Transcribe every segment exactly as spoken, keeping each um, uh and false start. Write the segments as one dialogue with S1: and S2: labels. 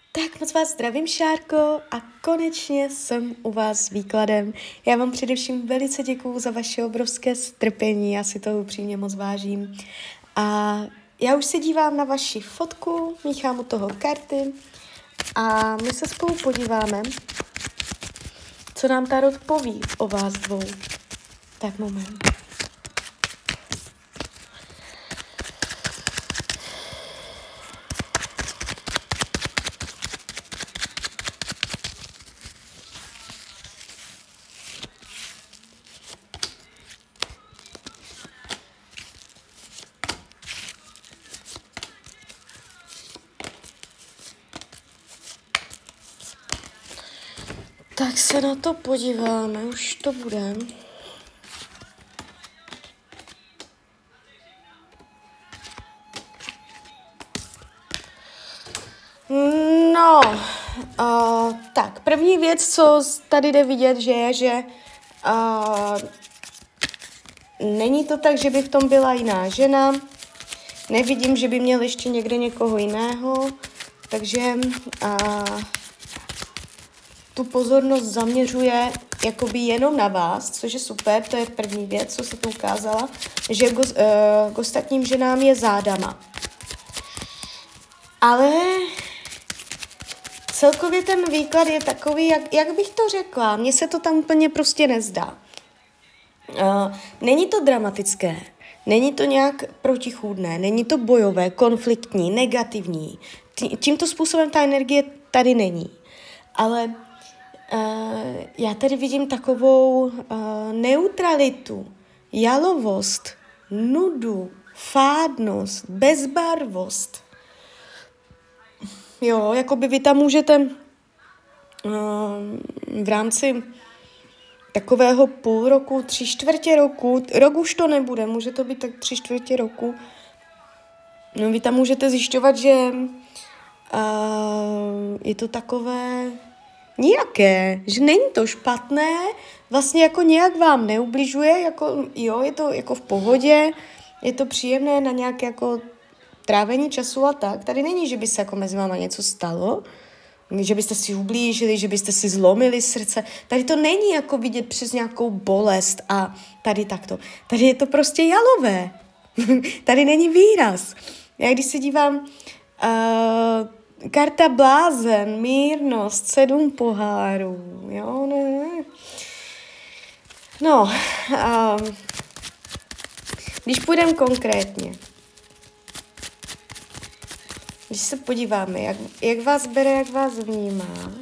S1: Tak moc vás zdravím, Šárko, a konečně jsem u vás s výkladem. Já vám především velice děkuju za vaše obrovské strpení, já si to upřímně moc vážím. A já už se dívám na vaši fotku, míchám u toho karty a my se spolu podíváme, co nám tarot poví o vás dvou. Tak moment. Tak se na to podíváme, už to bude. No, uh, tak první věc, co tady jde vidět, že je, že uh, není to tak, že by v tom byla jiná žena, nevidím, že by měl ještě někde někoho jiného, takže uh, tu pozornost zaměřuje jakoby jenom na vás, což je super, to je první věc, co se tu ukázala, že k, uh, k ostatním ženám je zádama. Ale celkově ten výklad je takový, jak, jak bych to řekla, mně se to tam úplně prostě nezdá. Uh, není to dramatické, není to nějak protichůdné, není to bojové, konfliktní, negativní. Tí, tímto způsobem ta energie tady není. Ale uh, já tady vidím takovou uh, neutralitu, jalovost, nudu, fádnost, bezbarvost. Jo, jakoby vy tam můžete uh, v rámci takového půl roku, tři čtvrtě roku, rok už to nebude, může to být tak tři čtvrtě roku. No, vy tam můžete zjišťovat, že uh, je to takové nijaké, že není to špatné, vlastně jako nějak vám neubližuje, jako jo, je to jako v pohodě, je to příjemné na nějaké jako trávení času a tak. Tady není, že by se jako mezi váma něco stalo, že byste si ublížili, že byste si zlomili srdce. Tady to není jako vidět přes nějakou bolest a tady takto. Tady je to prostě jalové. Tady není výraz. Já když se dívám, uh, karta blázen, mírnost, sedm pohárů, jo, ne. No, uh, když půjdeme konkrétně, když se podíváme, jak, jak vás bere, jak vás vnímá.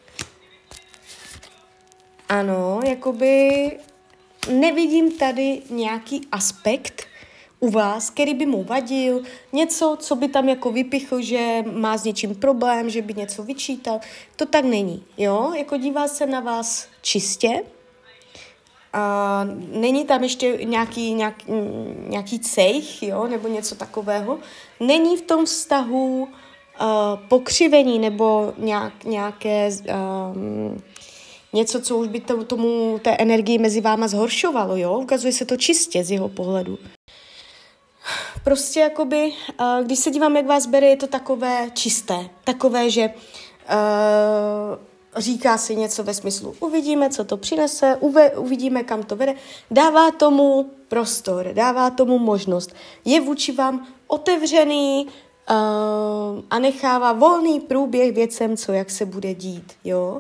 S1: Ano, jakoby nevidím tady nějaký aspekt u vás, který by mu vadil, něco, co by tam jako vypichl, že má s něčím problém, že by něco vyčítal. To tak není, jo? Jako dívá se na vás čistě. A není tam ještě nějaký, nějaký, nějaký cejch, jo, nebo něco takového. Není v tom vztahu uh, pokřivení nebo nějak, nějaké um, něco, co už by to, tomu té energii mezi váma zhoršovalo, jo. Ukazuje se to čistě z jeho pohledu. Prostě jakoby, uh, když se dívám, jak vás bere, je to takové čisté. Takové, že Uh, říká si něco ve smyslu, uvidíme, co to přinese, uve, uvidíme, kam to vede. Dává tomu prostor, dává tomu možnost. Je vůči vám otevřený uh, a nechává volný průběh věcem, co jak se bude dít. Jo?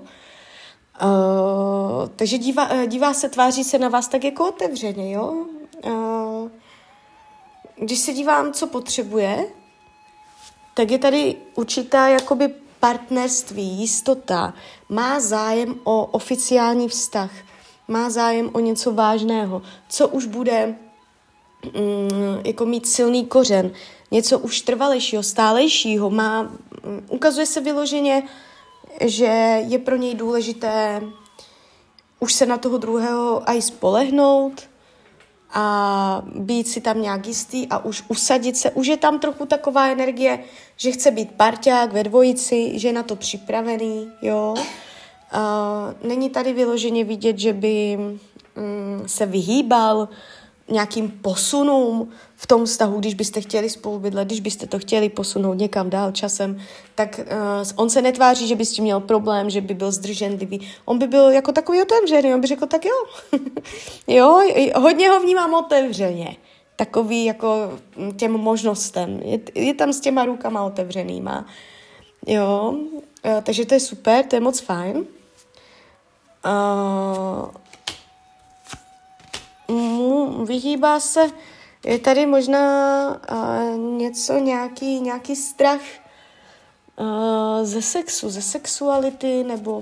S1: Uh, takže dívá, dívá se, tváří se na vás tak jako otevřeně. Jo? Uh, když se dívám, co potřebuje, tak je tady určitá jakoby partnerství, jistota, má zájem o oficiální vztah, má zájem o něco vážného, co už bude mm, jako mít silný kořen, něco už trvalejšího, stálejšího, má, mm, ukazuje se vyloženě, že je pro něj důležité už se na toho druhého aj spolehnout a být si tam nějak jistý a už usadit se. Už je tam trochu taková energie, že chce být parťák ve dvojici, že je na to připravený, jo. Uh, není tady vyloženě vidět, že by um, se vyhýbal nějakým posunům v tom vztahu, když byste chtěli spolu bydlet, když byste to chtěli posunout někam dál časem, tak uh, on se netváří, že by s tím měl problém, že by byl zdrženlivý. On by byl jako takový otevřený, on by řekl, tak jo. Jo, hodně ho vnímám otevřeně. Takový jako těm možnostem. Je, je tam s těma rukama otevřenýma. Jo, uh, takže to je super, to je moc fajn. Uh, vyhýbá se, je tady možná uh, něco, nějaký, nějaký strach uh, ze sexu, ze sexuality, nebo uh,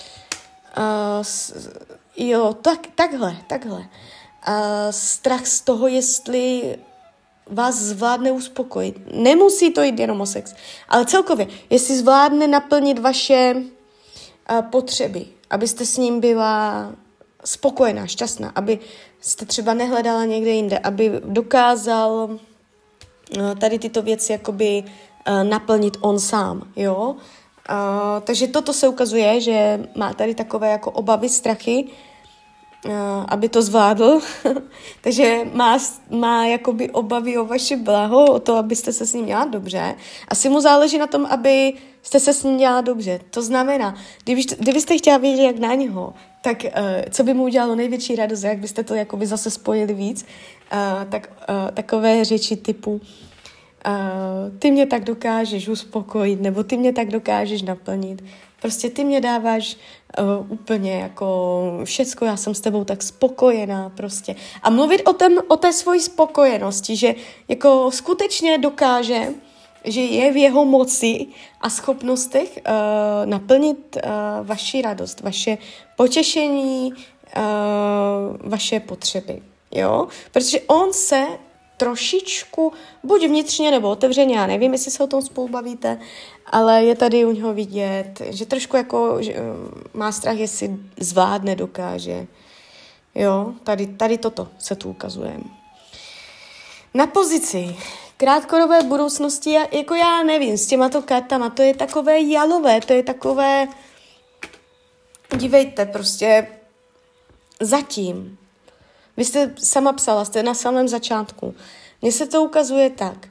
S1: s, jo, tak, takhle, takhle. Uh, strach z toho, jestli vás zvládne uspokojit. Nemusí to jít jenom o sex, ale celkově, jestli zvládne naplnit vaše uh, potřeby, abyste s ním byla spokojená, šťastná, aby jste třeba nehledala někde jinde, aby dokázal tady tyto věci jakoby naplnit on sám, jo. Uh, takže toto se ukazuje, že má tady takové jako obavy, strachy, uh, aby to zvládl. Takže má, má jakoby obavy o vaše blaho, o to, abyste se s ním měla dobře. Asi mu záleží na tom, aby jste se s ním dělala dobře. To znamená, kdyby, kdybyste chtěla vědět, jak na něho, tak uh, co by mu udělalo největší radost, jak byste to jakoby zase spojili víc, uh, tak uh, takové řeči typu uh, ty mě tak dokážeš uspokojit, nebo ty mě tak dokážeš naplnit. Prostě ty mě dáváš uh, úplně jako všecko, já jsem s tebou tak spokojená prostě. A mluvit o, tém, o té svojí spokojenosti, že jako skutečně dokáže, že je v jeho moci a schopnostech uh, naplnit uh, vaši radost, vaše potěšení, uh, vaše potřeby. Jo? Protože on se trošičku, buď vnitřně nebo otevřeně, já nevím, jestli se o tom spolu bavíte, ale je tady u něho vidět, že trošku jako že, uh, má strach, jestli zvládne, dokáže. Jo? Tady, tady toto se tu ukazuje. Na pozici krátkodobé budoucnosti, jako já nevím, s těmato kartama, to je takové jalové, to je takové, dívejte, prostě zatím. Vy jste sama psala, jste na samém začátku. Mně se to ukazuje tak,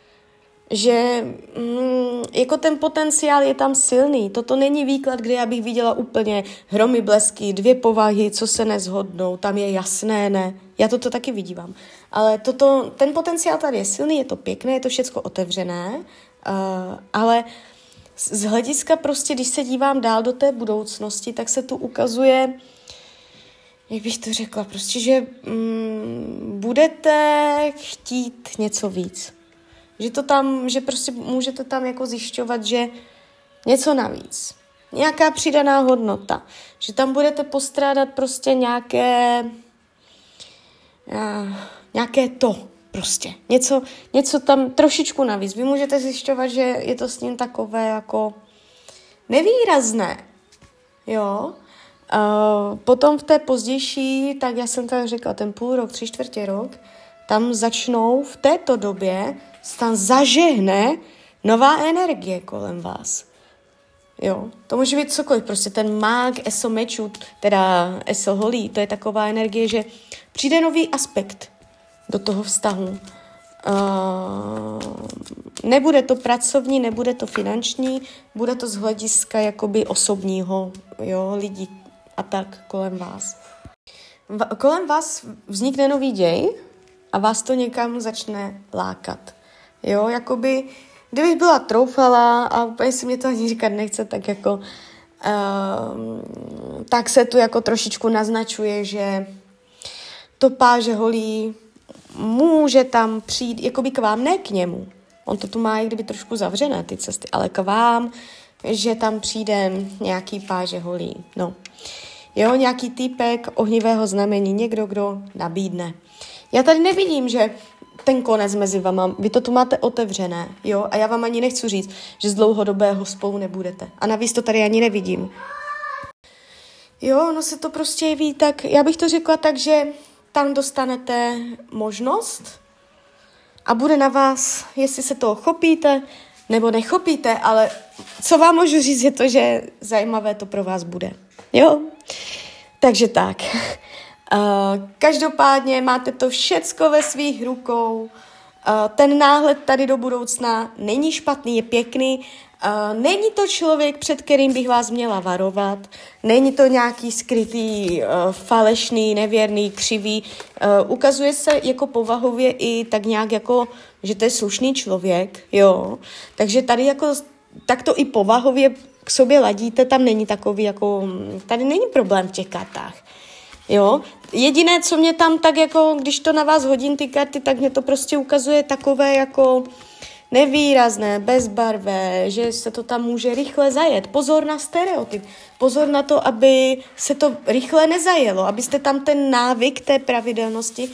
S1: že mm, jako ten potenciál je tam silný. Toto není výklad, kde já bych viděla úplně hromy, blesky, dvě povahy, co se nezhodnou, tam je jasné, ne. Já toto taky vidívám. Ale toto, ten potenciál tady je silný, je to pěkné, je to všecko otevřené, uh, ale z hlediska prostě, když se dívám dál do té budoucnosti, tak se tu ukazuje, jak bych to řekla, prostě, že mm, budete chtít něco víc. Že to tam, že prostě můžete tam jako zjišťovat, že něco navíc. Nějaká přidaná hodnota. Že tam budete postrádat prostě nějaké uh, nějaké to prostě. Něco, něco tam trošičku navíc. Vy můžete zjišťovat, že je to s ním takové jako nevýrazné. Jo. Uh, potom v té pozdější, tak já jsem tak řekla, ten půl rok, tři čtvrtě rok, tam začnou v této době, tam zažehne nová energie kolem vás. Jo, to může být cokoliv, prostě ten mág eso mečů, teda eso holí, to je taková energie, že přijde nový aspekt do toho vztahu. Uh, nebude to pracovní, nebude to finanční, bude to z hlediska jakoby osobního, jo, lidí a tak kolem vás. V- kolem vás vznikne nový děj a vás to někam začne lákat. Jo, jakoby, kdybych byla troufala a úplně si mě to ani říkat nechce, tak jako uh, tak se tu jako trošičku naznačuje, že to páže holí může tam přijít, jakoby k vám, ne k němu. On to tu má i kdyby trošku zavřené, ty cesty, ale k vám, že tam přijde nějaký páže holí. No. Jo, nějaký týpek ohnivého znamení, někdo, kdo nabídne. Já tady nevidím, že ten konec mezi vama, vy to tu máte otevřené, jo, a já vám ani nechci říct, že z dlouhodobého spolu nebudete. A navíc to tady ani nevidím. Jo, no se to prostě jeví tak, já bych to řekla tak, že tam dostanete možnost a bude na vás, jestli se toho chopíte, nebo nechopíte, ale co vám můžu říct je to, že zajímavé to pro vás bude. Jo? Takže tak. každopádně máte to všecko ve svých rukou. Uh, ten náhled tady do budoucna není špatný, je pěkný. Uh, není to člověk, před kterým bych vás měla varovat. Není to nějaký skrytý, uh, falešný, nevěrný, křivý. Uh, ukazuje se jako povahově i tak nějak jako, že to je slušný člověk, jo. Takže tady jako, tak to i povahově k sobě ladíte, tam není takový jako, tady není problém v těch kartách. Jo, jediné, co mě tam tak jako, když to na vás hodím ty karty, tak mě to prostě ukazuje takové jako nevýrazné, bezbarvé, že se to tam může rychle zajet. Pozor na stereotyp, pozor na to, aby se to rychle nezajelo, abyste tam ten návyk té pravidelnosti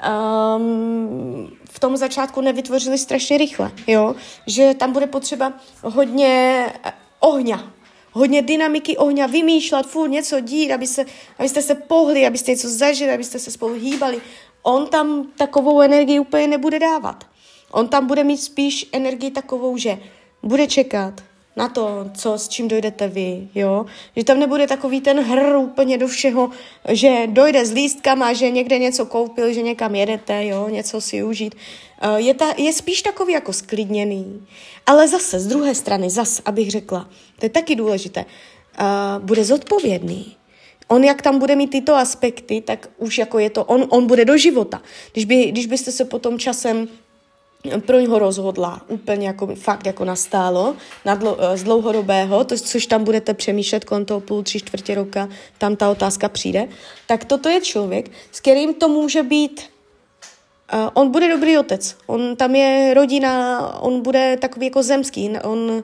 S1: um, v tom začátku nevytvořili strašně rychle, jo, že tam bude potřeba hodně ohňa, hodně dynamiky ohňa, vymýšlet, furt něco dít, aby se, abyste se pohli, abyste něco zažili, abyste se spolu hýbali. On tam takovou energii úplně nebude dávat. On tam bude mít spíš energii takovou, že bude čekat na to, co, s čím dojdete vy, jo. Že tam nebude takový ten hr úplně do všeho, že dojde s lístkama, že někde něco koupil, že někam jedete, jo, něco si užít. Je, ta, je spíš takový jako sklidněný. Ale zase, z druhé strany, zase, abych řekla, to je taky důležité, uh, bude zodpovědný. On, jak tam bude mít tyto aspekty, tak už jako je to, on, on bude do života. Když, by, když byste se potom časem pro něho rozhodla, úplně jako fakt jako nastálo, na dlo, z dlouhodobého, to, což tam budete přemýšlet kolem toho půl, tři čtvrtě roka, tam ta otázka přijde, tak toto je člověk, s kterým to může být, uh, on bude dobrý otec, on tam je rodina, on bude takový jako zemský, on uh,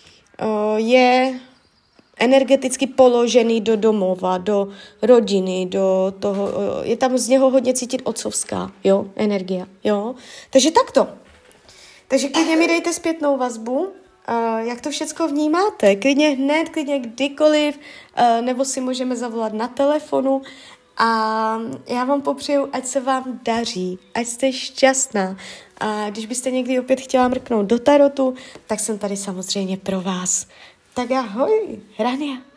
S1: je energeticky položený do domova, do rodiny, do toho, uh, je tam z něho hodně cítit otcovská, jo, energie, jo, takže takto. Takže klidně mi dejte zpětnou vazbu, uh, jak to všecko vnímáte. Klidně hned, klidně kdykoliv, uh, nebo si můžeme zavolat na telefonu. A já vám popřeju, ať se vám daří, ať jste šťastná. A když byste někdy opět chtěla mrknout do tarotu, tak jsem tady samozřejmě pro vás. Tak ahoj, Rania.